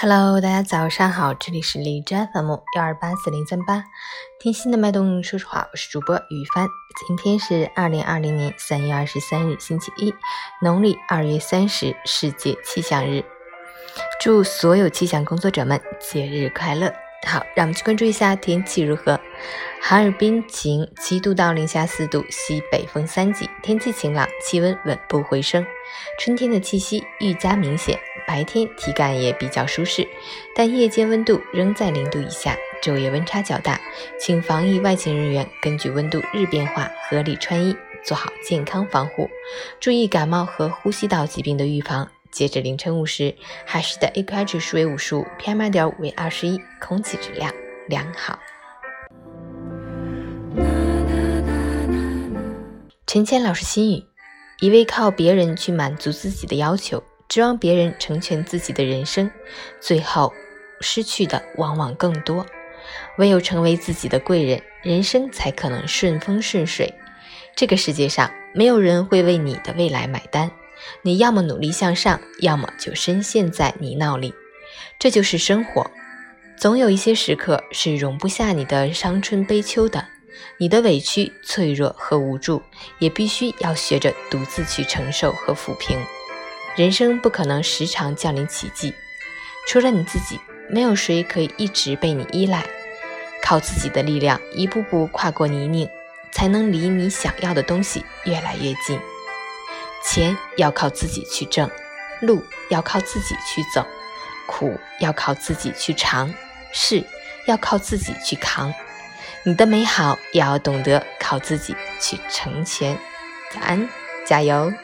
Hello， 大家早上好，这里是荔枝 FM1284038，听心的脉动说实话，我是主播雨帆。今天是2020年3月23日星期一，农历2月30，世界气象日。祝所有气象工作者们节日快乐。好，让我们去关注一下天气如何。哈尔滨晴，7度到零下4度，西北风3级，天气晴朗，气温稳步回升，春天的气息愈加明显，白天体感也比较舒适，但夜间温度仍在0度以下，昼夜温差较大，请防疫外勤人员根据温度日变化合理穿衣，做好健康防护，注意感冒和呼吸道疾病的预防。截至凌晨5时，海市的 AQI 指数为55， PM2.5 为21，空气质量良好。陈谦老师心语：一味靠别人去满足自己的要求，指望别人成全自己的人生，最后失去的往往更多。唯有成为自己的贵人，人生才可能顺风顺水。这个世界上没有人会为你的未来买单，你要么努力向上，要么就深陷在泥淖里。这就是生活，总有一些时刻是容不下你的伤春悲秋的，你的委屈、脆弱和无助也必须要学着独自去承受和抚平。人生不可能时常降临奇迹，除了你自己，没有谁可以一直被你依赖。靠自己的力量一步步跨过泥泞，才能离你想要的东西越来越近。钱要靠自己去挣，路要靠自己去走，苦要靠自己去尝，事要靠自己去扛。你的美好也要懂得靠自己去成全。早安，加油！